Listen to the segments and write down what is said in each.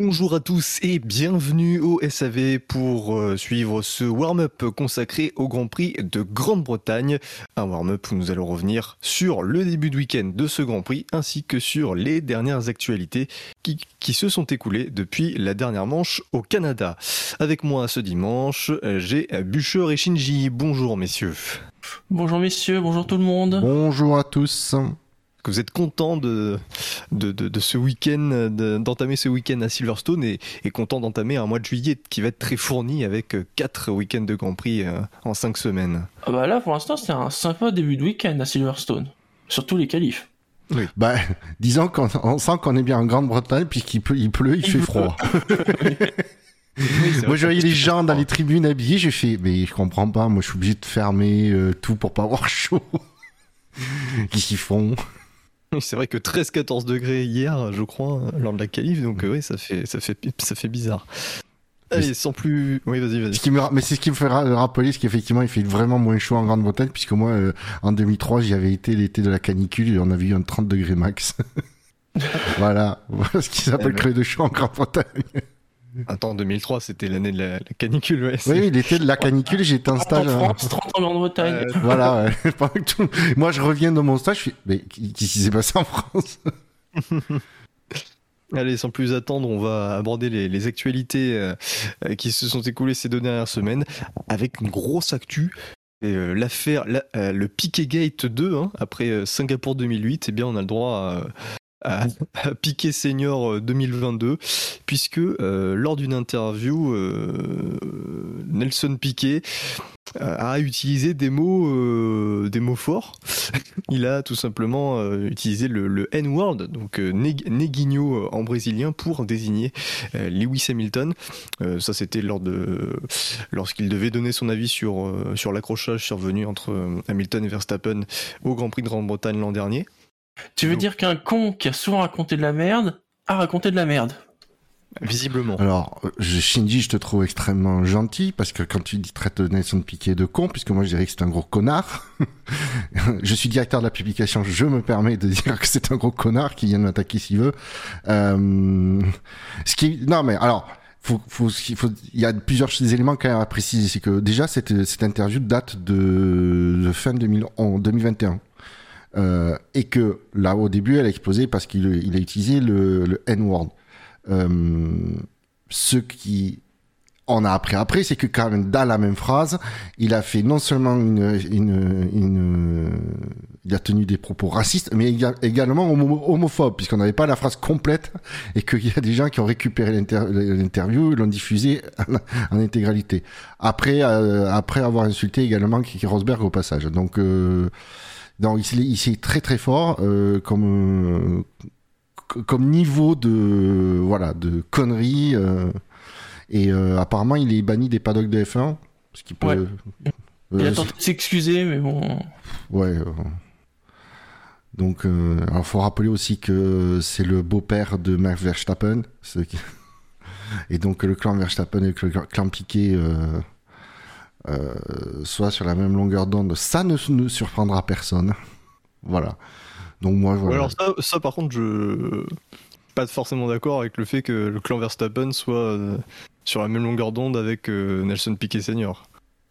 Bonjour à tous et bienvenue au SAV pour suivre ce warm-up consacré au Grand Prix de Grande-Bretagne. Un warm-up où nous allons revenir sur le début de week-end de ce Grand Prix ainsi que sur les dernières actualités qui se sont écoulées depuis la dernière manche au Canada. Avec moi ce dimanche, j'ai Bûcher et Shinji. Bonjour messieurs. Bonjour messieurs, bonjour tout le monde. Bonjour à tous. Que vous êtes content de ce week-end, d'entamer ce week-end à Silverstone et content d'entamer un mois de juillet qui va être très fourni avec 4 week-ends de Grand Prix en 5 semaines. Ah bah là pour l'instant c'est un sympa début de week-end à Silverstone, surtout les qualifs. Oui. Bah, disons qu'on sent qu'on est bien en Grande-Bretagne puisqu'il pleut, il fait froid. Oui, moi je voyais les gens dans les tribunes habillés, j'ai fait mais je comprends pas, moi je suis obligé de fermer tout pour pas avoir chaud. Qu'est-ce qu'ils font? Oui, c'est vrai que 13-14 degrés hier, je crois, lors de la qualif, donc oui, ça fait bizarre. Allez, sans plus... Oui, vas-y. Mais c'est ce qui me fait rappeler, qu'effectivement, il fait vraiment moins chaud en Grande-Bretagne, puisque moi, en 2003, j'y avais été l'été de la canicule et on avait eu un 30 degrés max. Voilà ce qui s'appelle crever de chaud en Grande-Bretagne. Attends, 2003, c'était l'année de la canicule, ouais. Oui, l'été de la canicule, j'étais en stage. En France, 30 en Grande-Bretagne. Voilà, ouais. Moi, je reviens de mon stage, je fais, mais qu'est-ce qui s'est passé en France? Allez, sans plus attendre, on va aborder les actualités qui se sont écoulées ces 2 dernières semaines avec une grosse actu. L'affaire, le Piquet-Gate 2, hein, après Singapour 2008, eh bien, on a le droit à Piquet Senior 2022, puisque lors d'une interview, Nelson Piquet a utilisé des mots forts. Il a tout simplement utilisé le N-word, donc neguinho en brésilien, pour désigner Lewis Hamilton. Ça, c'était lorsqu'il devait donner son avis sur l'accrochage survenu entre Hamilton et Verstappen au Grand Prix de Grande-Bretagne l'an dernier. Tu veux dire qu'un con qui a souvent raconté de la merde a raconté de la merde? Visiblement. Alors, Shinji, je te trouve extrêmement gentil, parce que quand tu traites Nelson Piquet de con, puisque moi je dirais que c'est un gros connard, je suis directeur de la publication, je me permets de dire que c'est un gros connard qui vient de m'attaquer s'il veut. Non mais alors, il y a plusieurs éléments quand même à préciser. C'est que déjà, cette interview date de fin 2021. Et que là au début elle a explosé parce qu'il a utilisé le N-word. Ce qui on a appris après, c'est que quand même dans la même phrase, il a fait non seulement il a tenu des propos racistes, mais également homophobes, puisqu'on n'avait pas la phrase complète et qu'il y a des gens qui ont récupéré l'interview et l'ont diffusée en intégralité. Après avoir insulté également Keke Rosberg au passage. Donc il s'est très très fort comme niveau de conneries et apparemment il est banni des paddocks de F1 parce qu'il peut. Il a tenté de s'excuser mais bon. Ouais. Donc alors faut rappeler aussi que c'est le beau-père de Max Verstappen et donc le clan Verstappen et le clan Piquet soit sur la même longueur d'onde, ça ne surprendra personne. Voilà. Donc moi, voilà. Alors ça par contre, je pas forcément d'accord avec le fait que le clan Verstappen soit sur la même longueur d'onde avec Nelson Piquet Senior.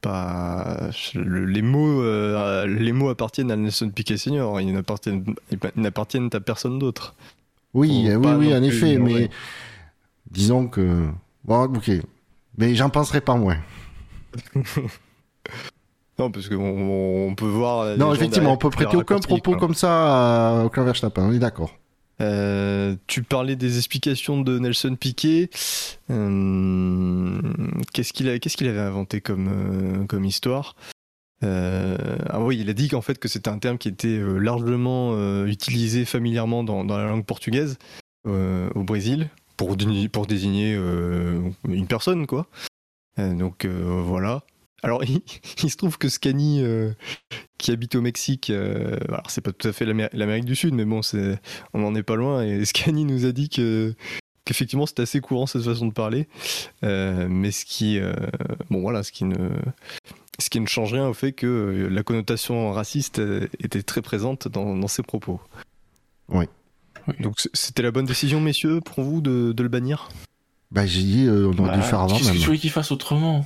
Les mots appartiennent à Nelson Piquet Senior, ils n'appartiennent à personne d'autre. Oui, en effet, mais disons que bon, ok, mais j'en penserai pas moins. Non, parce qu'on peut voir. Non, effectivement, on peut prêter aucun propos comme ça au clan Verstappen, on est d'accord. Tu parlais des explications de Nelson Piquet. Qu'est-ce qu'il avait inventé comme histoire? Oui, il a dit qu'en fait que c'était un terme qui était largement utilisé familièrement dans la langue portugaise au Brésil pour désigner une personne, quoi. Donc voilà. Alors il se trouve que Scani qui habite au Mexique, alors c'est pas tout à fait l'Amérique du Sud, mais bon, on en est pas loin, et Scani nous a dit qu'effectivement c'était assez courant cette façon de parler, mais ce qui ne change rien au fait que la connotation raciste était très présente dans ses propos. Oui. Donc c'était la bonne décision, messieurs, pour vous, de le bannir? Bah, j'ai dit, on aurait dû le faire avant Qu'est-ce que même. tu voulais qu'il fasse autrement?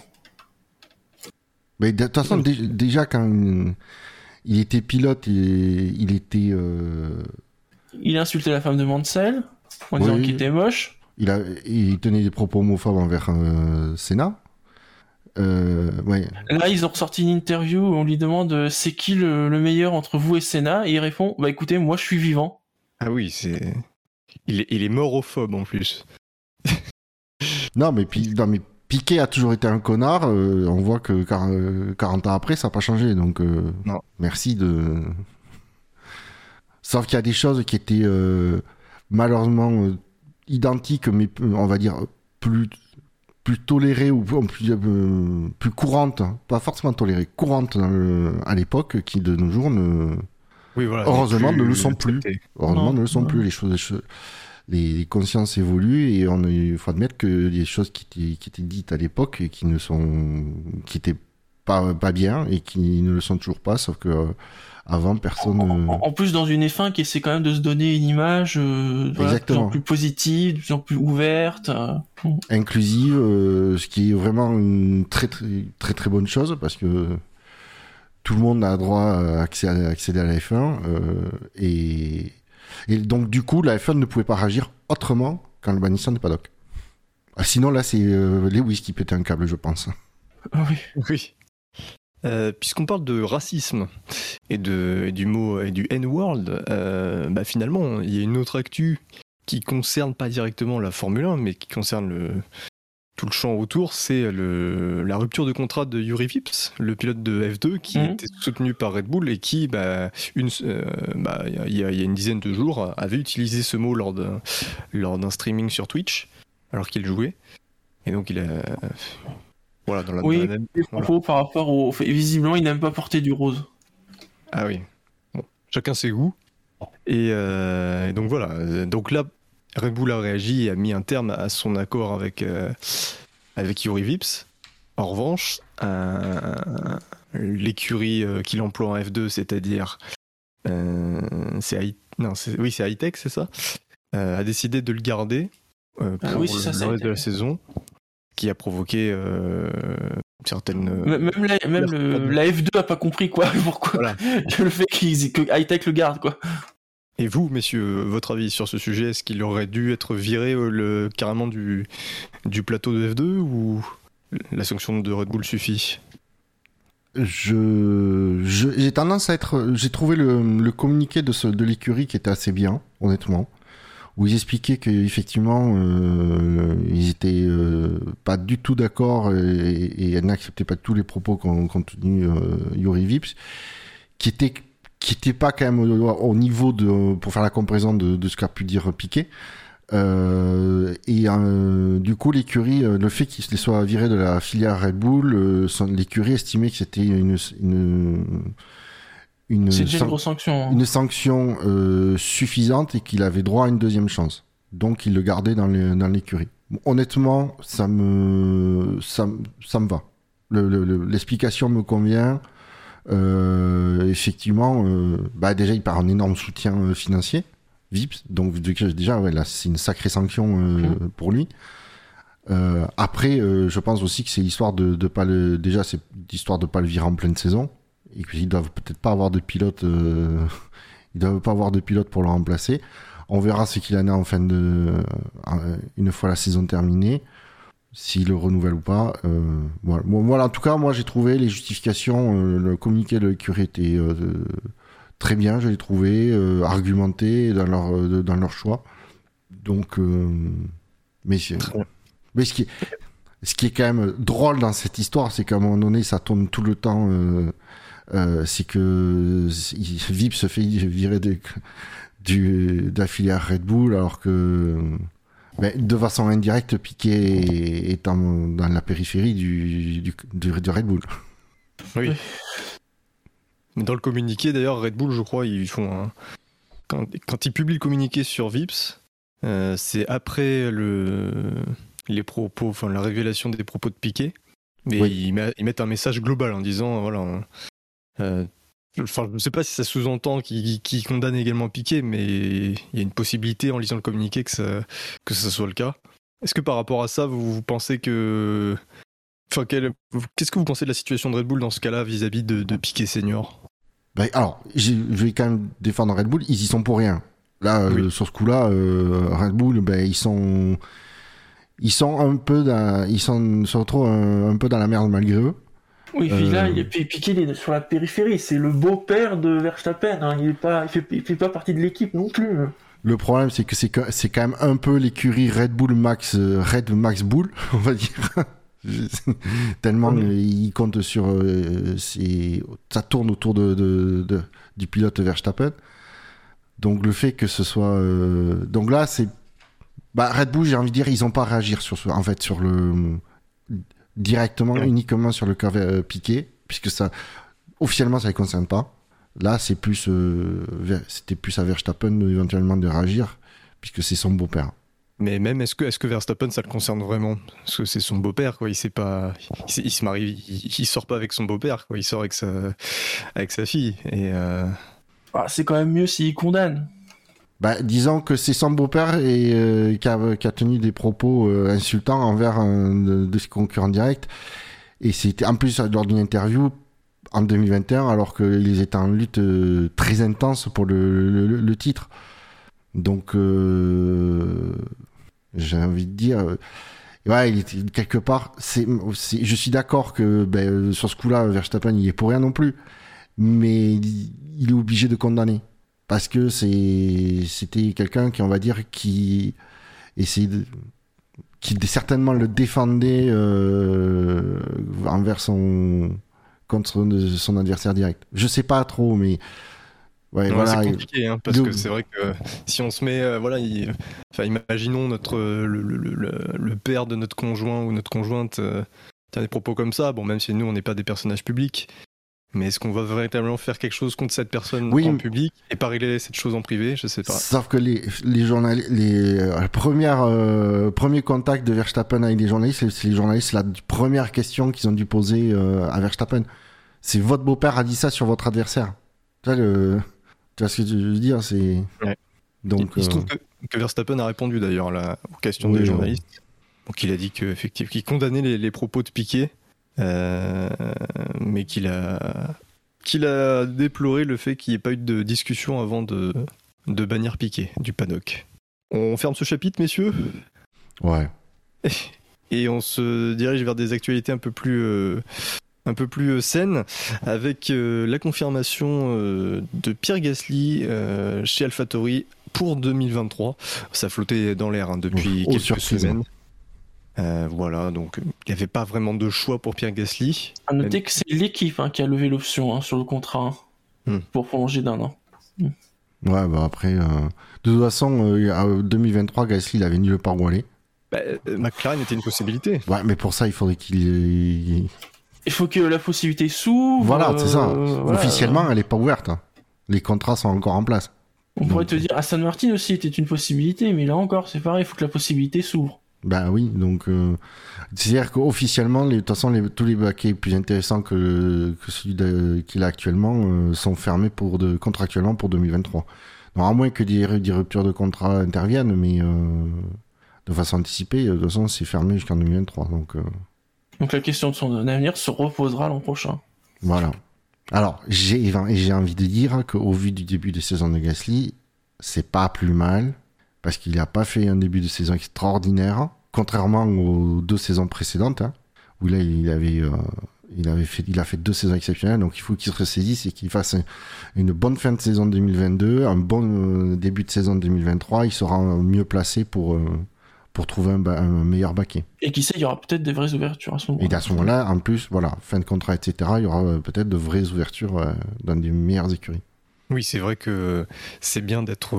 Mais de toute façon, déjà, quand il était pilote, il était. Il a insulté la femme de Mansell en disant Oui. qu'il était moche. Il tenait des propos homophobes envers Senna. Ouais. Là, ils ont ressorti une interview où on lui demande c'est qui le meilleur entre vous et Senna, et il répond bah écoutez, moi je suis vivant. Ah oui, il est morophobe en plus. Non, mais Piquet a toujours été un connard. On voit que 40 ans après, ça n'a pas changé. Donc, Non. merci de. Sauf qu'il y a des choses qui étaient malheureusement identiques, mais on va dire plus tolérées ou plus courantes. Pas forcément tolérées, courantes à l'époque, qui de nos jours Oui, voilà. heureusement ne le sont plus. traité. Heureusement, Non, ne le sont non. plus. Les consciences évoluent et il faut admettre que les choses qui étaient dites à l'époque et qui étaient pas bien et qui ne le sont toujours pas, sauf que avant personne. En plus, dans une F1 qui essaie quand même de se donner une image voilà, de plus Exactement. en plus positive, de plus en plus ouverte. Inclusive, ce qui est vraiment une très très bonne chose parce que tout le monde a droit à accéder à la F1 et donc du coup la F1 ne pouvait pas réagir autrement qu'en le bannissant des paddocks. Sinon là c'est Lewis qui pétait un câble, je pense. Oui. Oui. Puisqu'on parle de racisme et du mot et du N-word, bah finalement il y a une autre actu qui concerne pas directement la Formule 1 mais qui concerne tout le champ autour, c'est la rupture de contrat de Juri Vips, le pilote de F2 qui était soutenu par Red Bull et qui, il y a une dizaine de jours, avait utilisé ce mot lors d'un streaming sur Twitch, alors qu'il jouait. Et donc il a... Voilà, dans la même... Les propos par rapport au... Visiblement, il n'aime pas porter du rose. Ah oui. Bon, chacun ses goûts. Et donc voilà. Donc là, Red Bull a réagi et a mis un terme à son accord avec Juri Vips. En revanche, l'écurie qu'il emploie en F2, c'est-à-dire c'est Hightech, c'est ça, a décidé de le garder pour le reste de la saison, qui a provoqué certaines... Même la F2 a pas compris quoi, pourquoi voilà. Le fait que Hightech le garde quoi. Et vous, messieurs, votre avis sur ce sujet, est-ce qu'il aurait dû être viré carrément du plateau de F2 ou la sanction de Red Bull suffit ? J'ai tendance à être... J'ai trouvé le communiqué de l'écurie qui était assez bien, honnêtement, où ils expliquaient qu'effectivement, ils étaient pas du tout d'accord et n'acceptaient pas tous les propos qu'ont tenus Juri Vips, qui était pas quand même au niveau pour faire la comparaison de ce qu'a pu dire Piquet. Du coup, l'écurie, le fait qu'il soit viré de la filière Red Bull, l'écurie estimait que c'était une grosse sanction. Une sanction suffisante et qu'il avait droit à une deuxième chance. Donc, il le gardait dans l'écurie. Honnêtement, ça me va. L'explication me convient. Effectivement, déjà il part en énorme soutien financier, Vips, donc déjà là c'est une sacrée sanction pour lui. Après, je pense aussi que c'est histoire de pas le virer en pleine saison et qu'ils doivent peut-être pas avoir de pilote, ils doivent pas avoir de pilote pour le remplacer. On verra ce qu'il en a une fois la saison terminée. S'il le renouvelle ou pas. Voilà. En tout cas, moi, j'ai trouvé les justifications, le communiqué de l'écurie était très bien, je l'ai trouvé, argumenté dans leur choix. Donc, mais ce qui est quand même drôle dans cette histoire, c'est qu'à un moment donné, ça tourne tout le temps, c'est que Vip se fait virer de la filière Red Bull, alors que... de façon indirecte, Piquet est dans la périphérie de Red Bull. Oui. Dans le communiqué, d'ailleurs, Red Bull, je crois, ils font quand ils publient le communiqué sur Vips, c'est après les propos, enfin la révélation des propos de Piquet, mais ils mettent un message global en disant, voilà. Enfin, je ne sais pas si ça sous-entend qu'ils condamnent également Piquet, mais il y a une possibilité en lisant le communiqué que ça soit le cas. Est-ce que par rapport à ça, vous pensez que... Enfin, qu'est-ce que vous pensez de la situation de Red Bull dans ce cas-là vis-à-vis de Piquet Senior? Alors, je vais quand même défendre Red Bull, ils y sont pour rien. Là, Oui. sur ce coup-là, Red Bull, ils sont un peu se retrouvent un peu dans la merde malgré eux. Oui, puis là, Piquet, il est sur la périphérie. C'est le beau-père de Verstappen. Hein. Il fait pas partie de l'équipe non plus. Le problème, c'est que c'est quand même un peu l'écurie Red Max Bull, on va dire. Tellement il compte sur... ça tourne autour du pilote Verstappen. Donc le fait que ce soit... Donc là, c'est... Red Bull, j'ai envie de dire, ils n'ont pas à réagir directement, uniquement sur le cas Piquet, puisque ça, officiellement, ça ne les concerne pas. Là, c'était plus à Verstappen éventuellement de réagir, puisque c'est son beau-père. Mais même, est-ce que Verstappen, ça le concerne vraiment? Parce que c'est son beau-père, quoi. Il se marie, il sort pas avec son beau-père, quoi. Il sort avec sa fille. Et c'est quand même mieux s'il condamne. Disons que c'est son beau-père qui a tenu des propos insultants envers de ses concurrents directs. Et c'était en plus lors d'une interview en 2021, alors qu'ils étaient en lutte très intense pour le titre. Donc, j'ai envie de dire... il était quelque part... je suis d'accord que sur ce coup-là, Verstappen, il est pour rien non plus. Mais il est obligé de condamner. Parce que c'était quelqu'un qui essayait qui certainement le défendait contre son adversaire direct. Je sais pas trop, mais c'est compliqué, parce que c'est vrai que si on se met, imaginons le père de notre conjoint ou notre conjointe tient des propos comme ça. Bon, même si nous on n'est pas des personnages publics. Mais est-ce qu'on va véritablement faire quelque chose contre cette personne en public et pas régler cette chose en privé? Je sais pas. Sauf que les journalistes, premier contact de Verstappen avec les journalistes, c'est les journalistes, la première question qu'ils ont dû poser à Verstappen. C'est votre beau-père a dit ça sur votre adversaire. Tu vois ce que je veux dire? Ouais. Donc, il se trouve que Verstappen a répondu d'ailleurs aux questions des journalistes. Donc il a dit qu'il condamnait les propos de Piquet. Mais qu'il a déploré le fait qu'il n'y ait pas eu de discussion avant de bannir Piquet du paddock. On ferme ce chapitre, messieurs? Ouais. Et on se dirige vers des actualités un peu plus saines, avec la confirmation de Pierre Gasly chez AlphaTauri pour 2023. Ça flottait dans l'air depuis quelques semaines. Voilà, donc il n'y avait pas vraiment de choix pour Pierre Gasly. À noter que c'est l'équipe qui a levé l'option sur le contrat pour prolonger d'1 an. Ouais, après, de toute façon, 2023, Gasly, il avait nulle part où aller. McLaren était une possibilité. Ouais, mais pour ça, il faudrait Il faut que la possibilité s'ouvre. Voilà, c'est ça. Officiellement, elle n'est pas ouverte. Les contrats sont encore en place. On pourrait te dire, Aston Martin aussi était une possibilité, mais là encore, c'est pareil, il faut que la possibilité s'ouvre. Oui, donc c'est-à-dire qu'officiellement, de toute façon, tous les baquets plus intéressants que celui qu'il a actuellement sont fermés contractuellement pour 2023. Donc, à moins que des ruptures de contrat interviennent, mais de façon anticipée, de toute façon, c'est fermé jusqu'en 2023. Donc la question de son avenir se reposera l'an prochain. Voilà. Alors, j'ai envie de dire qu'au vu du début de saison de Gasly, c'est pas plus mal. Parce qu'il n'a pas fait un début de saison extraordinaire, contrairement aux 2 saisons précédentes, où là il a fait 2 saisons exceptionnelles. Donc il faut qu'il se ressaisisse et qu'il fasse une bonne fin de saison 2022, un bon début de saison 2023. Il sera mieux placé pour trouver un meilleur baquet. Et qui sait, il y aura peut-être des vraies ouvertures à ce moment-là. Et à ce moment-là, en plus, voilà, fin de contrat, etc., il y aura peut-être de vraies ouvertures dans des meilleures écuries. Oui, c'est vrai que c'est bien d'être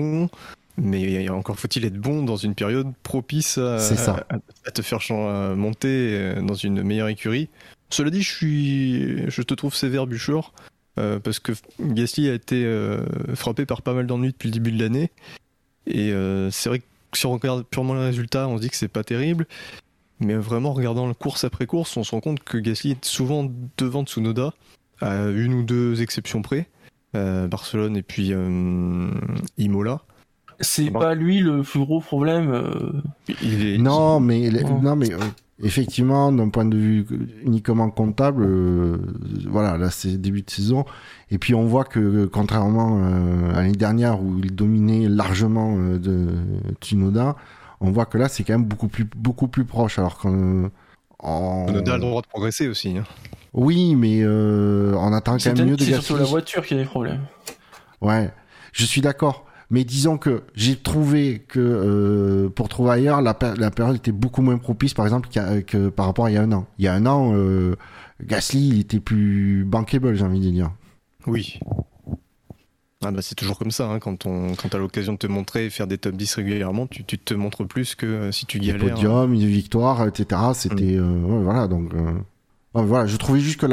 mais encore faut-il être bon dans une période propice à te faire monter dans une meilleure écurie. Cela dit, je te trouve sévère, Bûcheur, parce que Gasly a été frappé par pas mal d'ennuis depuis le début de l'année. Et c'est vrai que si on regarde purement le résultat, on se dit que c'est pas terrible. Mais vraiment, en regardant course après course, on se rend compte que Gasly est souvent devant Tsunoda, à 1 ou 2 exceptions près. Barcelone et puis Imola. c'est pas lui le plus gros problème. Non, mais effectivement, d'un point de vue uniquement comptable, voilà, là c'est début de saison. Et puis on voit que contrairement à l'année dernière où il dominait largement de Tsunoda, on voit que là c'est quand même beaucoup plus proche. Alors qu'on Tsunoda a le droit de progresser aussi. Hein. Oui, mais on attend quand même mieux de Gasly. C'est surtout la voiture qui a des problèmes. Ouais, je suis d'accord. Mais disons que j'ai trouvé que pour trouver ailleurs, la période était beaucoup moins propice, par exemple, que par rapport à il y a un an. Il y a un an, Gasly, il était plus bankable, j'ai envie de dire. Oui. Ah bah c'est toujours comme ça, hein. Quand t'as l'occasion de te montrer et faire des top 10 régulièrement, tu te montres plus que si tu galères. Des podiums, une victoire, etc. C'était... ouais, voilà, donc... voilà, je trouvais juste que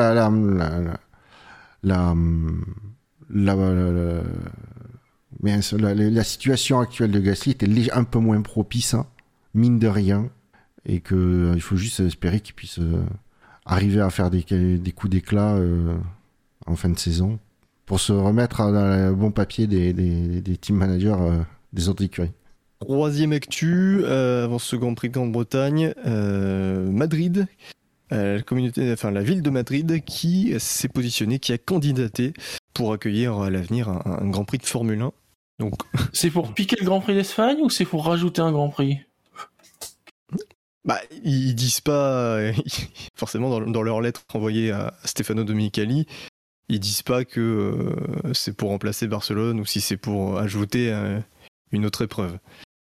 mais la situation actuelle de Gasly était un peu moins propice, hein, mine de rien, et que il faut juste espérer qu'il puisse arriver à faire des coups d'éclat en fin de saison pour se remettre dans le bon papier des team managers des autres écuries. Troisième actu, avant ce Grand Prix de Grande-Bretagne, Madrid. La ville de Madrid qui s'est positionnée, qui a candidaté pour accueillir à l'avenir un Grand Prix de Formule 1. Donc... C'est pour piquer le Grand Prix d'Espagne ou c'est pour rajouter un Grand Prix ? Bah, ils disent pas, forcément dans leur lettre envoyée à Stefano Domenicali, ils disent pas que c'est pour remplacer Barcelone ou si c'est pour ajouter une autre épreuve.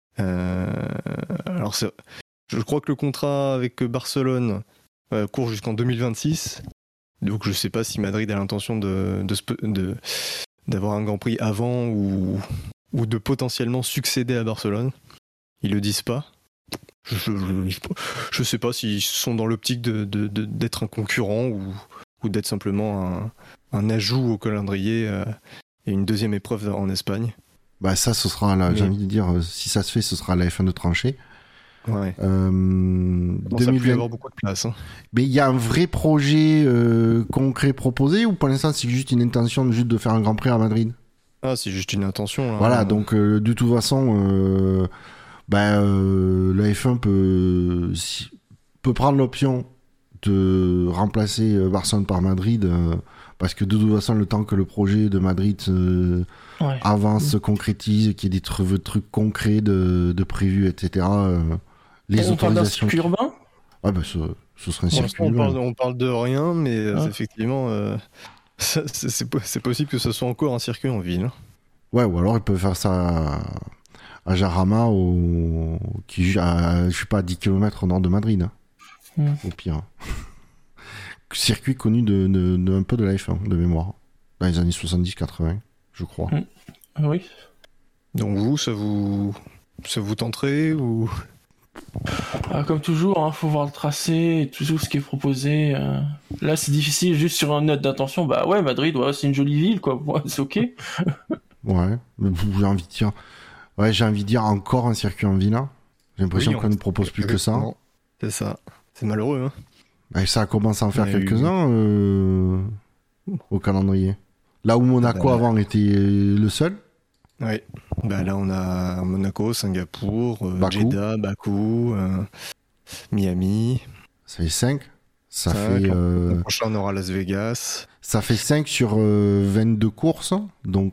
Alors je crois que le contrat avec Barcelone court jusqu'en 2026, donc je sais pas si Madrid a l'intention d'avoir un Grand Prix avant ou de potentiellement succéder à Barcelone. Ils le disent pas. Je sais pas s'ils sont dans l'optique d'être un concurrent ou d'être simplement un ajout au calendrier et une deuxième épreuve en Espagne. Bah ça, ce sera là, j'ai envie de dire, si ça se fait, ce sera la F1 de tranchée. Ouais. Ça peut y avoir beaucoup de place. Hein. Mais il y a un vrai projet concret proposé ou pour l'instant c'est juste une intention de faire un Grand Prix à Madrid ? Ah, c'est juste une intention. Là. Voilà, donc de toute façon, la F1 peut prendre l'option de remplacer Barcelone par Madrid parce que de toute façon, le temps que le projet de Madrid avance, se concrétise, qu'il y ait des trucs concrets de prévus, etc. Les on parle d'un circuit urbain ? Ouais, bah, ce serait un circuit urbain. On parle de rien, mais effectivement, c'est possible que ce soit encore un circuit en ville. Ouais, ou alors ils peuvent faire ça à Jarama, je sais pas, à 10 km au nord de Madrid. Hein. Au pire. Circuit connu un peu de la F1, de mémoire. Dans les années 70-80, je crois. Oui. Donc vous, ça vous tenterait ou... Comme toujours, faut voir le tracé, tout ce qui est proposé. Là, c'est difficile, juste sur une note d'intention. Bah ouais, Madrid, c'est une jolie ville, quoi. Ouais, c'est ok. Ouais, mais j'ai envie de dire encore un circuit en ville. J'ai l'impression qu'on ne propose plus que ça. C'est ça. C'est malheureux. Hein. Et ça a commencé à en faire quelques-uns au calendrier. Là où Monaco avant était le seul. Oui. Bah là, on a Monaco, Singapour, Jeddah, Bakou, Miami. Ça fait 5. Ça 5, fait. Le prochain, on aura Las Vegas. Ça fait 5 sur 22 courses. Donc,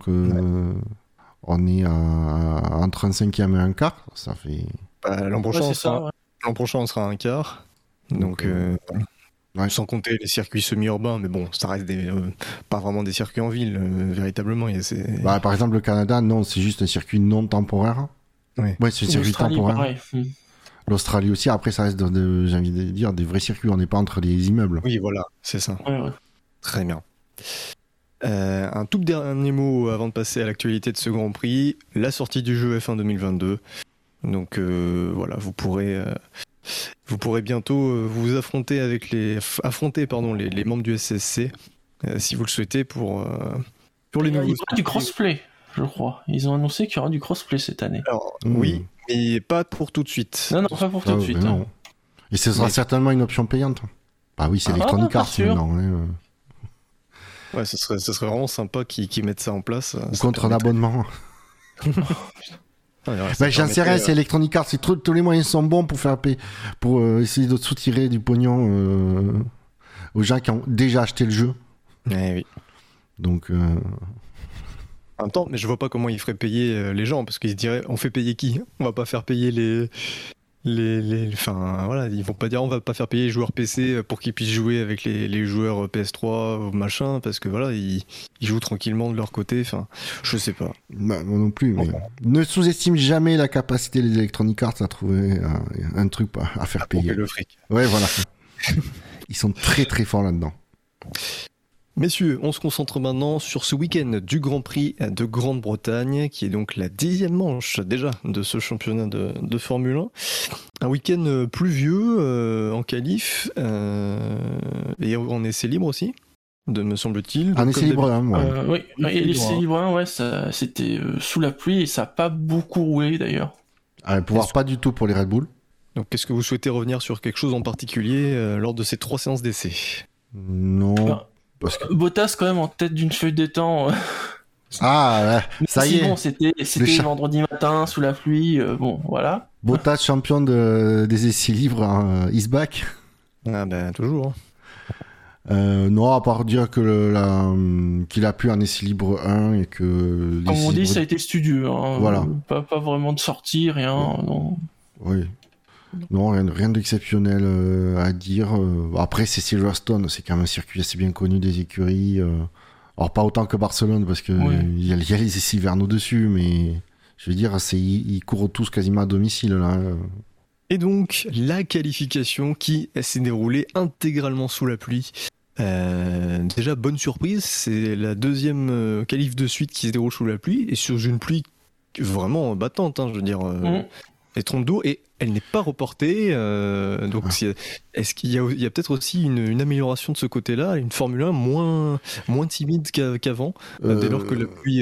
on est entre un cinquième et un quart. Ça fait. Bah, l'an prochain, on sera à un quart. Donc, sans compter les circuits semi-urbains, mais bon, ça reste pas vraiment des circuits en ville, véritablement. Par exemple, le Canada, non, c'est juste un circuit non temporaire. Ouais, c'est un circuit temporaire. Pareil. L'Australie aussi, après, ça reste, j'ai envie de dire, des vrais circuits, on n'est pas entre les immeubles. Oui, voilà, c'est ça. Ouais. Très bien. Un tout dernier mot avant de passer à l'actualité de ce Grand Prix, la sortie du jeu F1 2022. Donc voilà, vous pourrez bientôt vous affronter avec les membres du SSC si vous le souhaitez pour les nouveaux. Il y aura du crossplay, je crois. Ils ont annoncé qu'il y aura du crossplay cette année. Alors, oui, mais pas pour tout de suite. Non, pas pour tout de suite. Non. Et ce sera certainement une option payante. Ah oui, c'est Electronic Arts maintenant. Ouais, ce serait vraiment sympa qu'ils mettent ça en place. Ou contre un abonnement. J'en sais rien, c'est Electronic Arts, tous les moyens sont bons pour essayer de soutirer du pognon aux gens qui ont déjà acheté le jeu. Oui. Donc en même temps, mais je vois pas comment ils feraient payer les gens, parce qu'ils se diraient, on fait payer qui ? On va pas faire payer enfin voilà, ils vont pas dire on va pas faire payer les joueurs PC pour qu'ils puissent jouer avec les joueurs PS3 ou machin, parce que voilà, ils jouent tranquillement de leur côté, enfin, je sais pas. Moi non plus, mais ne sous-estime jamais la capacité des Electronic Arts à trouver un truc à faire payer. Le fric. Ouais, voilà. Ils sont très très forts là-dedans. Messieurs, on se concentre maintenant sur ce week-end du Grand Prix de Grande-Bretagne, qui est donc la 10e manche déjà de ce championnat de Formule 1. Un week-end pluvieux en qualif et en essai libre aussi, me semble-t-il. En essai libre, oui. Et l'essai libre, c'était sous la pluie et ça n'a pas beaucoup roulé d'ailleurs. Pouvoir pas du tout pour les Red Bull. Donc est-ce que vous souhaitez revenir sur quelque chose en particulier lors de ces 3 séances d'essai ? Non. Parce que... Bottas quand même en tête d'une feuille de temps. Ah, ouais. Ça y est. Bon, c'était vendredi matin sous la pluie. Bon, voilà. Bottas champion des essais libres, is back. Ah ben toujours. Non, à part dire que qu'il a pu en essai libre 1 et que... Comme on dit, ça a été studieux. Hein. Voilà. Pas vraiment de sortie, rien. Non. Oui. Non, rien d'exceptionnel à dire. Après, c'est Silverstone, c'est quand même un circuit assez bien connu des écuries. Alors, pas autant que Barcelone, parce qu'il y a les essais hivernaux dessus, mais je veux dire, ils courent tous quasiment à domicile, là. Et donc, la qualification qui s'est déroulée intégralement sous la pluie. Déjà, bonne surprise, c'est la 2e qualif de suite qui se déroule sous la pluie, et sur une pluie vraiment battante, hein, je veux dire... Elle trompe d'eau et elle n'est pas reportée. Donc, est-ce qu'il y a peut-être aussi une amélioration de ce côté-là, une Formule 1 moins timide qu'avant, dès lors que la pluie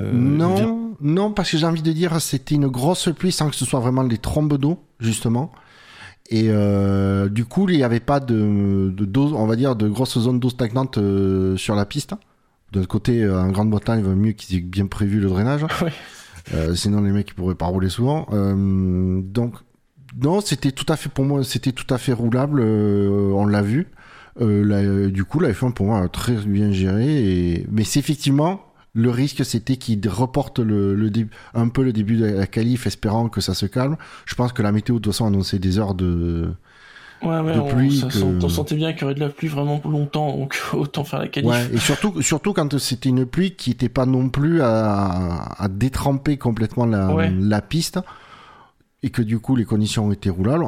non, parce que j'ai envie de dire c'était une grosse pluie sans que ce soit vraiment des trombes d'eau, justement. Et du coup, il n'y avait pas de dose, on va dire, de grosses zones d'eau stagnante sur la piste. De l'autre côté, en Grande-Bretagne, il vaut mieux qu'ils aient bien prévu le drainage. Oui. Sinon les mecs ils pourraient pas rouler souvent. Donc non, c'était tout à fait roulable. On l'a vu. Du coup, la F1 pour moi a très bien géré. Mais c'est effectivement le risque, c'était qu'ils reportent un peu le début de la qualif, espérant que ça se calme. Je pense que la météo de toute façon annonçait des heures de pluie. On sentait bien qu'il y aurait de la pluie vraiment longtemps, donc autant faire la qualif. Ouais, et surtout quand c'était une pluie qui n'était pas non plus à détremper complètement la piste, et que du coup les conditions ont été roulables.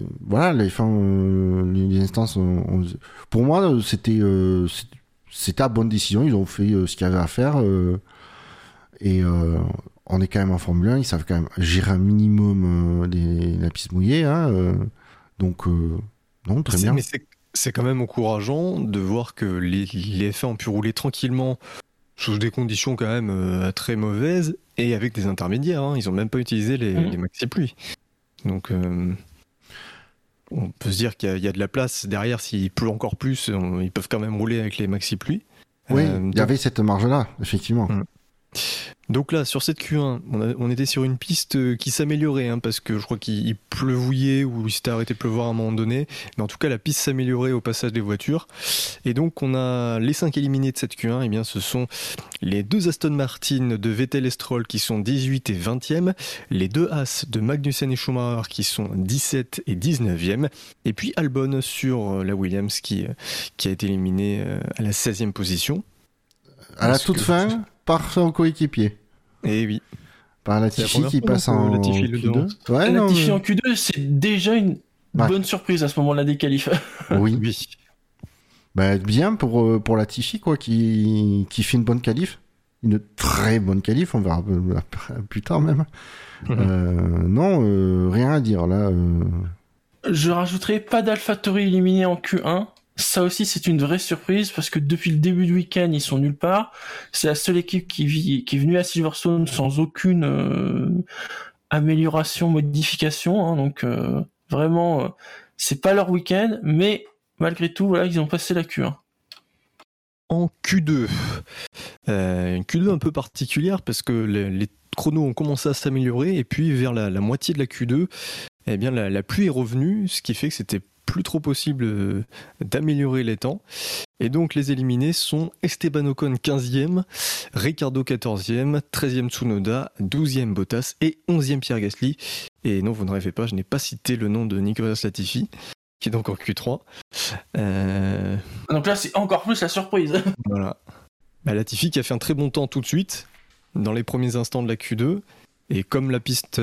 Les instances, pour moi, c'était la bonne décision. Ils ont fait ce qu'il y avait à faire, et on est quand même en Formule 1. Ils savent quand même gérer un minimum la piste mouillée, hein. Donc, non, très bien. Mais c'est quand même encourageant de voir que les F1 ont pu rouler tranquillement sous des conditions quand même très mauvaises et avec des intermédiaires. Hein. Ils n'ont même pas utilisé les maxi-pluies. Donc, on peut se dire qu'il y a de la place derrière. S'il pleut encore plus, ils peuvent quand même rouler avec les maxi-pluies. Oui, il y avait cette marge-là, effectivement. Donc là, sur cette Q1, on était sur une piste qui s'améliorait, hein, parce que je crois qu'il pleuvouillait ou il s'était arrêté de pleuvoir à un moment donné. Mais en tout cas, la piste s'améliorait au passage des voitures. Et donc, on a les 5 éliminés de cette Q1. Eh bien, ce sont les 2 Aston Martin de Vettel et Stroll qui sont 18 et 20e. Les 2 Haas de Magnussen et Schumacher qui sont 17 et 19e. Et puis Albon sur la Williams qui a été éliminé à la 16e position. À la toute fin, par son coéquipier. Et oui. Par Latifi qui passe en Q2. Ouais, Latifi en Q2, c'est déjà une bonne surprise à ce moment-là des qualifs. Oui. Bah, bien pour Latifi, quoi, qui fait une bonne qualif. Une très bonne qualif, on verra plus tard même. Non, rien à dire là. Je rajouterai pas d'AlphaTauri éliminé en Q1. Ça aussi, c'est une vraie surprise parce que depuis le début du week-end, ils sont nulle part. C'est la seule équipe qui est venue à Silverstone sans aucune amélioration, modification. Hein, donc vraiment, c'est pas leur week-end, mais malgré tout, voilà, ils ont passé la Q1. en Q2. Une Q2 un peu particulière parce que les chronos ont commencé à s'améliorer et puis vers la moitié de la Q2, eh bien la pluie est revenue, ce qui fait que c'était plus trop possible d'améliorer les temps. Et donc les éliminés sont Esteban Ocon 15e, Ricciardo 14e, 13e Tsunoda, 12e Bottas et 11e Pierre Gasly. Et non, vous ne rêvez pas, je n'ai pas cité le nom de Nicolas Latifi, qui est donc en Q3. Donc là, c'est encore plus la surprise. Voilà. Latifi qui a fait un très bon temps tout de suite, dans les premiers instants de la Q2. Et comme la piste...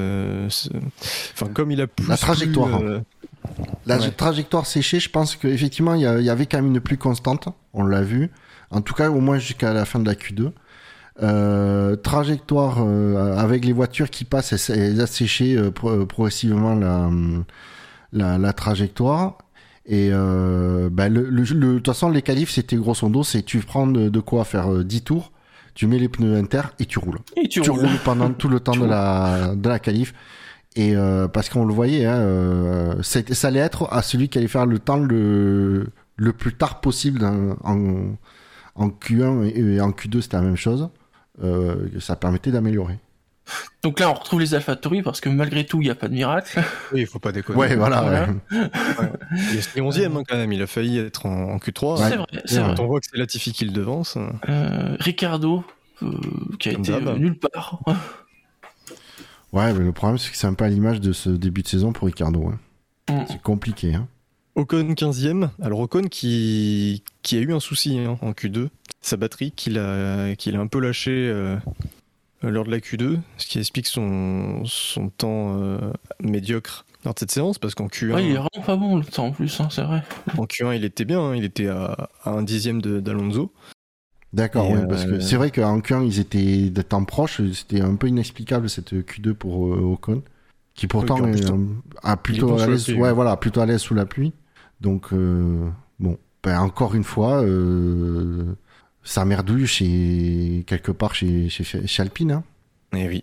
comme il a plus... La trajectoire. La Ouais. trajectoire séchée, je pense qu'effectivement, il y avait quand même une pluie constante. On l'a vu. En tout cas, au moins jusqu'à la fin de la Q2. Trajectoire avec les voitures qui passent, elles asséchaient progressivement la trajectoire. Et de toute façon, les qualifs, c'était grosso modo, c'est tu prends de quoi faire 10 tours, tu mets les pneus inter et tu roules. Et tu roules. roules pendant tout le temps de la qualif. Et parce qu'on le voyait, ça allait être à celui qui allait faire le temps le plus tard possible en Q1 et en Q2, c'était la même chose. Ça permettait d'améliorer. Donc là, on retrouve les AlphaTauri parce que malgré tout, il n'y a pas de miracle. Oui, il faut pas déconner. Ouais, voilà. Voilà. Ouais. Il est 11e quand même, il a failli être en Q3. Ouais. C'est vrai, c'est vrai. Quand on voit que c'est Latifi qui le devance. Ricciardo, qui a Comme été d'hab. nulle part. Ouais, mais le problème, c'est que c'est un peu à l'image de ce début de saison pour Ricciardo. Hein. C'est compliqué. Hein. Ocon 15e. Alors Ocon qui a eu un souci en Q2. Sa batterie qu'il a un peu lâché lors de la Q2, ce qui explique son temps médiocre lors de cette séance, parce qu'en Q1, Ouais, il est vraiment pas bon le temps en plus, c'est vrai. en Q1 il était bien, il était à un dixième d'Alonso. D'accord, Et oui, parce que c'est vrai qu'en Q1, ils étaient de temps proches. C'était un peu inexplicable cette Q2 pour Ocon, qui pourtant Oui, puis en a plutôt il est bon à sous la l'aise. pluie, Ouais, oui. voilà, plutôt à l'aise sous la pluie. Donc bon, encore une fois, ça merdouille quelque part chez Alpine. Hein. Et oui.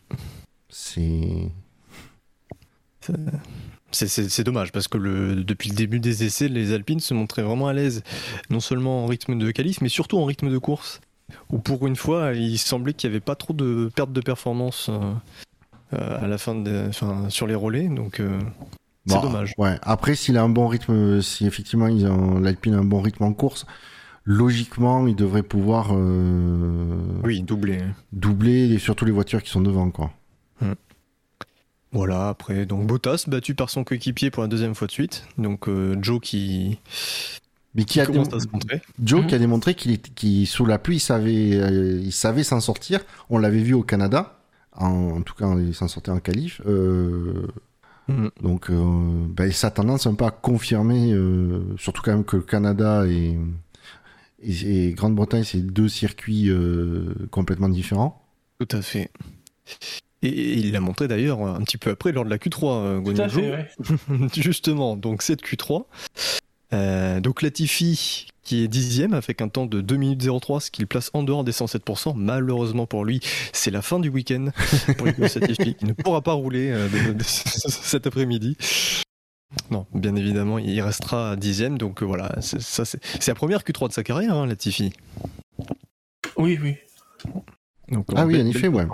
C'est dommage parce que depuis le début des essais, les Alpines se montraient vraiment à l'aise, non seulement en rythme de qualif, mais surtout en rythme de course. Où pour une fois, il semblait qu'il n'y avait pas trop de perte de performance à la fin, sur les relais, donc c'est Bon, dommage. Ouais. Après, s'il a un bon rythme, si effectivement l'Alpine a un bon rythme en course, logiquement, il devrait pouvoir Oui, doublé. doubler surtout les voitures qui sont devant, quoi. Voilà, après, donc Bottas battu par son coéquipier pour la deuxième fois de suite. Donc Joe qui Mais qui commence à se montrer. Joe qui a démontré qu'il sous la pluie, il savait s'en sortir. On l'avait vu au Canada, en tout cas, il s'en sortait en qualif. Donc, ça a tendance un peu à confirmer, surtout quand même que le Canada et Grande-Bretagne, c'est deux circuits complètement différents. Tout à fait. Et il l'a montré d'ailleurs un petit peu après lors de la Q3, Tout à Guanyu fait, ouais. Justement, donc cette Q3. Donc Latifi qui est 10e avec un temps de 2 minutes 03, ce qui le place en dehors des 107%. Malheureusement pour lui, c'est la fin du week-end pour Nicolas Latifi. Il ne pourra pas rouler cet après-midi. Non, bien évidemment, il restera 10e. Donc voilà, c'est la première Q3 de sa carrière, Latifi. Oui, oui. Donc, Ah oui, en effet, ouais.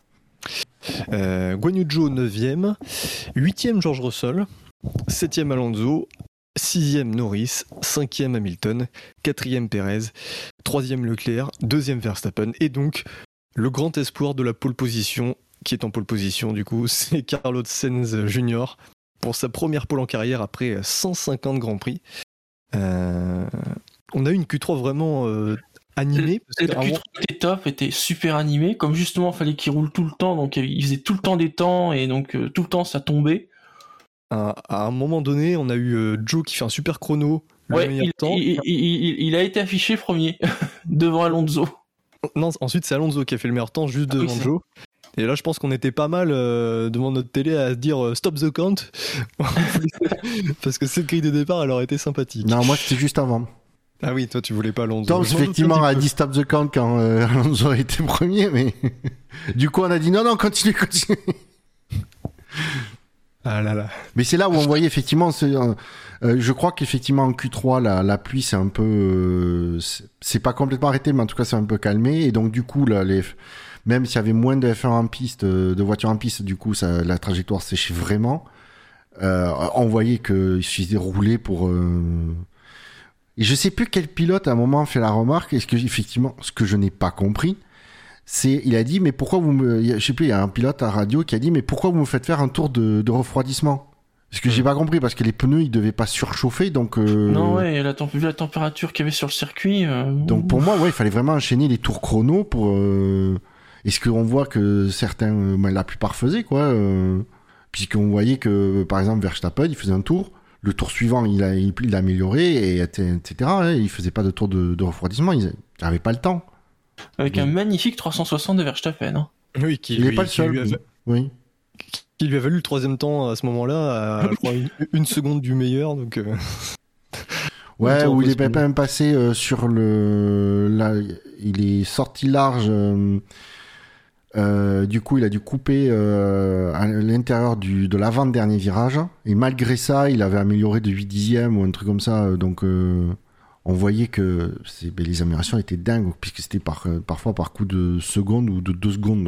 Guan Yu Zhou 9e, 8e George Russell, 7e Alonso, 6e Norris, 5e Hamilton, 4e Perez, 3e Leclerc, 2e Verstappen, et donc le grand espoir de la pole position, qui est en pole position du coup, c'est Carlos Sainz Jr. pour sa première pole en carrière après 150 Grands Prix. On a eu une Q3 vraiment animée. Le Q3 était top, était super animé, comme justement il fallait qu'il roule tout le temps, donc il faisait tout le temps des temps, et donc tout le temps ça tombait. À un moment donné, on a eu Joe qui fait un super chrono, le meilleur temps. Il a été affiché premier, devant Alonso. Non, ensuite c'est Alonso qui a fait le meilleur temps juste devant Joe. Et là, je pense qu'on était pas mal devant notre télé à se dire stop the count, parce que cette grille de départ, elle aurait été sympathique. Non, moi c'était juste avant. Ah oui, toi tu voulais pas Alonso. Tom effectivement a dit stop the count quand Alonso a été premier, mais du coup on a dit non, continue. Ah là là. Mais c'est là où on voyait effectivement, je crois qu'effectivement en Q3 la pluie c'est un peu, c'est pas complètement arrêté, mais en tout cas c'est un peu calmé, et donc du coup là, même s'il y avait moins de F1 en piste, de voitures en piste, du coup la trajectoire séchait vraiment. On voyait qu'il suffisait de rouler pour. Et je sais plus quel pilote à un moment fait la remarque, est-ce que effectivement, ce que je n'ai pas compris, il a dit, mais pourquoi je sais plus, il y a un pilote à radio qui a dit, mais pourquoi vous me faites faire un tour de refroidissement? Ce que j'ai pas compris, parce que les pneus, ils devaient pas surchauffer, donc... Non, ouais, vu la température qu'il y avait sur le circuit... Donc pour moi, ouais, il fallait vraiment enchaîner les tours chrono pour... Est-ce qu'on voit que certains, la plupart faisaient, quoi, puisqu'on voyait que, par exemple, Verstappen, il faisait un tour, le tour suivant, il l'a amélioré, et etc. Hein, il faisait pas de tour de refroidissement, ils n'avaient pas le temps. Avec un magnifique 360 de Verstappen. Hein. Oui, il n'est pas le seul. Oui. Qui lui a valu le 3e temps à ce moment-là, à je crois, une seconde du meilleur. Donc, ouais, où il est même passé sur il est sorti large. Du coup, il a dû couper à l'intérieur de l'avant-dernier virage. Et malgré ça, il avait amélioré de 8 dixièmes ou un truc comme ça. Donc... on voyait que les améliorations étaient dingues, puisque c'était parfois par coup de secondes ou de 2 secondes.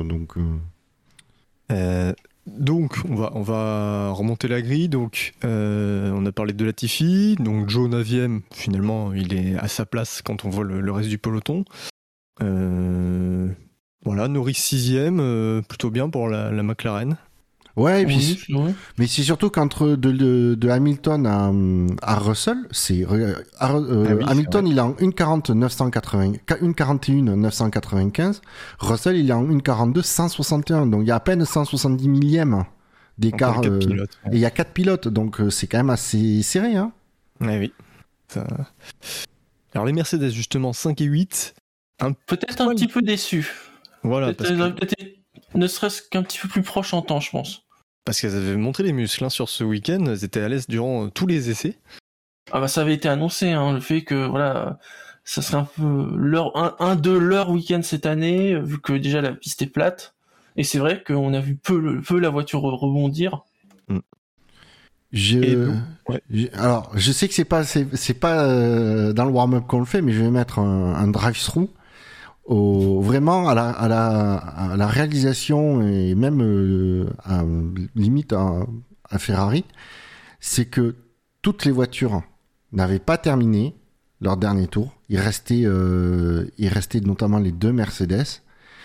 Donc on va remonter la grille. Donc, on a parlé de Latifi. Donc Joe 9e, finalement, il est à sa place quand on voit le reste du peloton. Voilà, Norris 6e, plutôt bien pour la McLaren. Ouais, et puis mais c'est surtout qu'entre de Hamilton à Russell, Hamilton il est en 1,41,995, Russell il est en 1,42,161, donc il y a à peine 170 millièmes d'écart, et il y a 4 pilotes, donc c'est quand même assez serré, hein. Ouais, oui. Alors les Mercedes justement 5 et 8, peut-être un petit peu déçu. Voilà, peut-être ne serait-ce qu'un petit peu plus proche en temps, je pense. Parce qu'elles avaient montré les muscles sur ce week-end, elles étaient à l'aise durant tous les essais. Ah bah ça avait été annoncé, hein, le fait que voilà, ça serait un peu un de leurs week-ends cette année, vu que déjà la piste est plate. Et c'est vrai qu'on a vu peu la voiture rebondir. Alors, je sais que c'est pas dans le warm-up qu'on le fait, mais je vais mettre un drive-through. Vraiment à la réalisation et même limite à Ferrari, c'est que toutes les voitures n'avaient pas terminé leur dernier tour. Il restait notamment les 2 Mercedes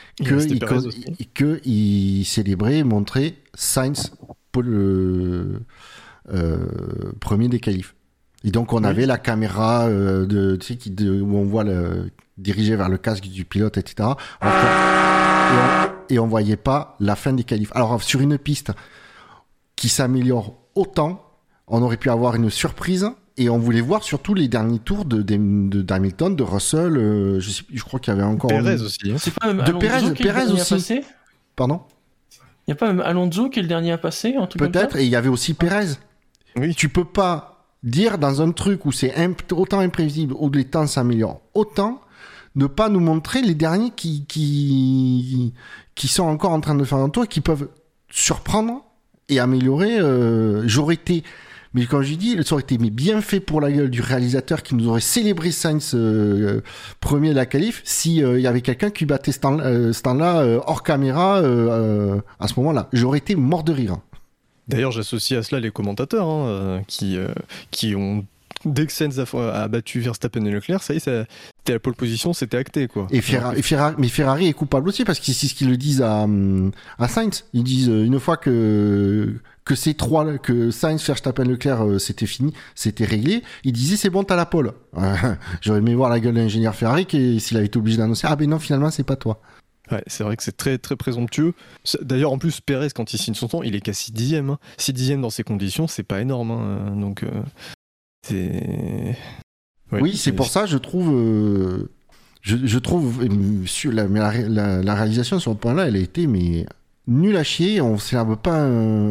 qu'ils célébraient et montraient Sainz pour le premier des qualifs. Et donc on avait la caméra où on voit dirigé vers le casque du pilote, etc. Et on voyait pas la fin des qualifs. Alors sur une piste qui s'améliore autant, on aurait pu avoir une surprise, et on voulait voir surtout les derniers tours d'Hamilton, de Russell, je crois qu'il y avait encore... Perez aussi. Hein. C'est pas même de Perez aussi. Passé. Pardon ? Il n'y a pas même Alonso qui est le dernier à passer, un truc peut-être, comme ça. Et il y avait aussi Perez. Oui. Tu peux pas dire dans un truc où c'est autant imprévisible, où les temps s'améliorent autant, ne pas nous montrer les derniers qui sont encore en train de faire un tour et qui peuvent surprendre et améliorer. J'aurais été, mais quand j'ai dit, ça aurait été bien fait pour la gueule du réalisateur qui nous aurait célébré Sainz premier de la qualif, si y avait quelqu'un qui battait ce temps-là hors caméra à ce moment-là. J'aurais été mort de rire. D'ailleurs, j'associe à cela les commentateurs qui ont... Dès que Sainz a battu Verstappen et Leclerc, ça y est, c'était la pole position, c'était acté, quoi. Mais Ferrari est coupable aussi, parce que c'est ce qu'ils le disent à Sainz. Ils disent une fois que Sainz, Verstappen, Leclerc, c'était fini, c'était réglé, ils disaient c'est bon, t'as la pole. J'aurais aimé voir la gueule de l'ingénieur Ferrari s'il avait été obligé d'annoncer ah ben non, finalement c'est pas toi. Ouais, c'est vrai que c'est très très présomptueux. D'ailleurs, en plus, Perez, quand il signe son temps, il est qu'à 6 dixièmes. 6 dixièmes dans ces conditions, c'est pas énorme. Hein. Donc, c'est... Ouais, oui, c'est pour ça, je trouve... Je trouve la réalisation sur ce point-là, elle a été nulle à chier. On ne s'énerve pas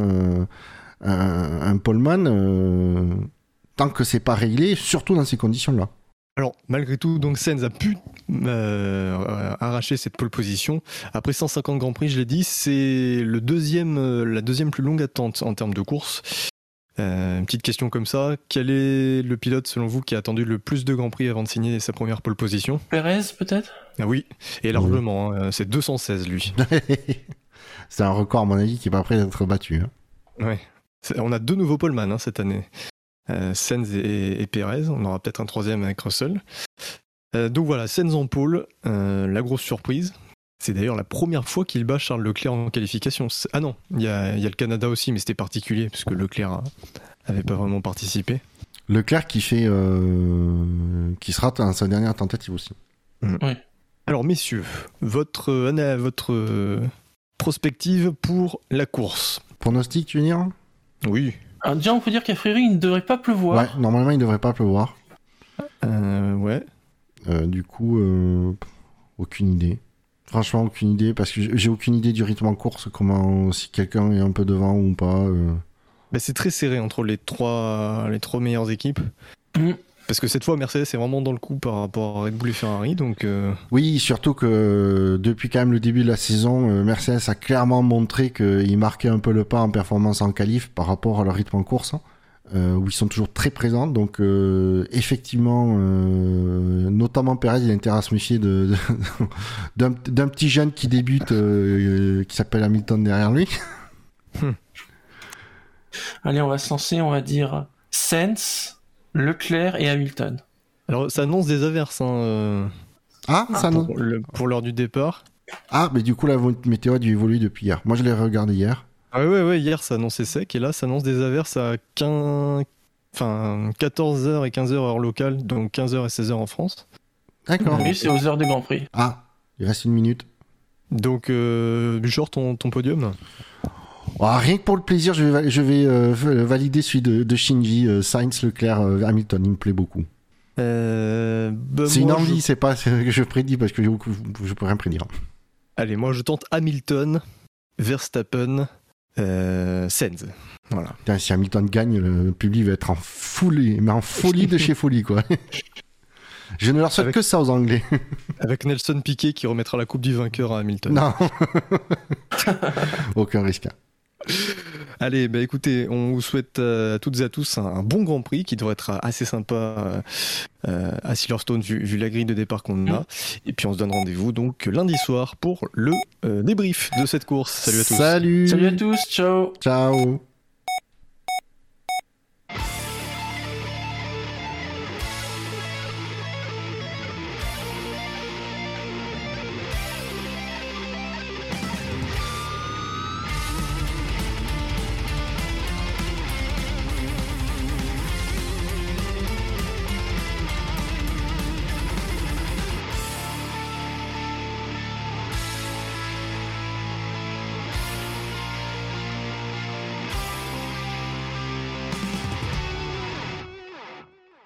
un poleman tant que c'est pas réglé, surtout dans ces conditions-là. Alors, malgré tout, donc Sainz a pu arraché cette pole position. Après 150 Grands Prix, je l'ai dit, c'est la deuxième plus longue attente en termes de course. Une petite question comme ça, quel est le pilote selon vous qui a attendu le plus de Grands Prix avant de signer sa première pole position? Perez, peut-être? Ah oui, et largement, hein, c'est 216 lui. C'est un record, à mon avis, qui est pas prêt d'être battu. Hein. Ouais. On a 2 nouveaux poleman cette année. Sainz et Perez, on aura peut-être un troisième avec Russell. Donc voilà, Sainz en pole, la grosse surprise. C'est d'ailleurs la première fois qu'il bat Charles Leclerc en qualification. Ah non, il y a le Canada aussi, mais c'était particulier, parce que Leclerc avait pas vraiment participé. Leclerc qui se rate à sa dernière tentative aussi. Oui. Alors messieurs, votre prospective pour la course. Pronostic, tu veux dire? Oui. Alors déjà, on peut dire qu'à Frieri, il ne devrait pas pleuvoir. Ouais, normalement, il ne devrait pas pleuvoir. Ouais. Du coup, aucune idée. Franchement, aucune idée, parce que j'ai aucune idée du rythme en course, si quelqu'un est un peu devant ou pas. Bah, c'est très serré entre les trois meilleures équipes. Parce que cette fois, Mercedes est vraiment dans le coup par rapport à Red Bull et Ferrari. Donc, Oui, surtout que depuis quand même le début de la saison, Mercedes a clairement montré qu'ils marquaient un peu le pas en performance en qualif par rapport à leur rythme en course, où ils sont toujours très présents. Donc, effectivement, notamment Perez, il a intérêt à se méfier d'un petit jeune qui débute, qui s'appelle Hamilton derrière lui. Allez, on va se lancer, on va dire Sainz, Leclerc et Hamilton. alors, ça annonce des averses pour l'heure du départ. Ah, mais du coup, la météo a dû évoluer depuis hier. Moi, je l'ai regardé hier. Ah ouais, hier ça annonçait sec et là ça annonce des averses à 14h et 15h heure locale, donc 15h et 16h en France. D'accord. Oui, c'est aux heures de Grand Prix. Ah, il reste une minute. Donc, Buchor, ton podium? Rien que pour le plaisir, je vais valider celui de Shinji, Sainz, Leclerc, Hamilton. Il me plaît beaucoup. C'est une envie, c'est pas ce que je prédis parce que je peux rien prédire. Allez, moi je tente Hamilton, Verstappen, Sainz. Voilà. Putain, si Hamilton gagne, le public va être en folie, mais en folie de chez folie, quoi. Je ne leur souhaite que ça aux Anglais. Avec Nelson Piquet qui remettra la coupe du vainqueur à Hamilton. Non. Aucun risque. Allez, écoutez, on vous souhaite à toutes et à tous un bon Grand Prix qui devrait être assez sympa à Silverstone vu la grille de départ qu'on a. Et puis on se donne rendez-vous donc lundi soir pour le débrief de cette course. Salut à tous. Salut à tous, ciao. Ciao.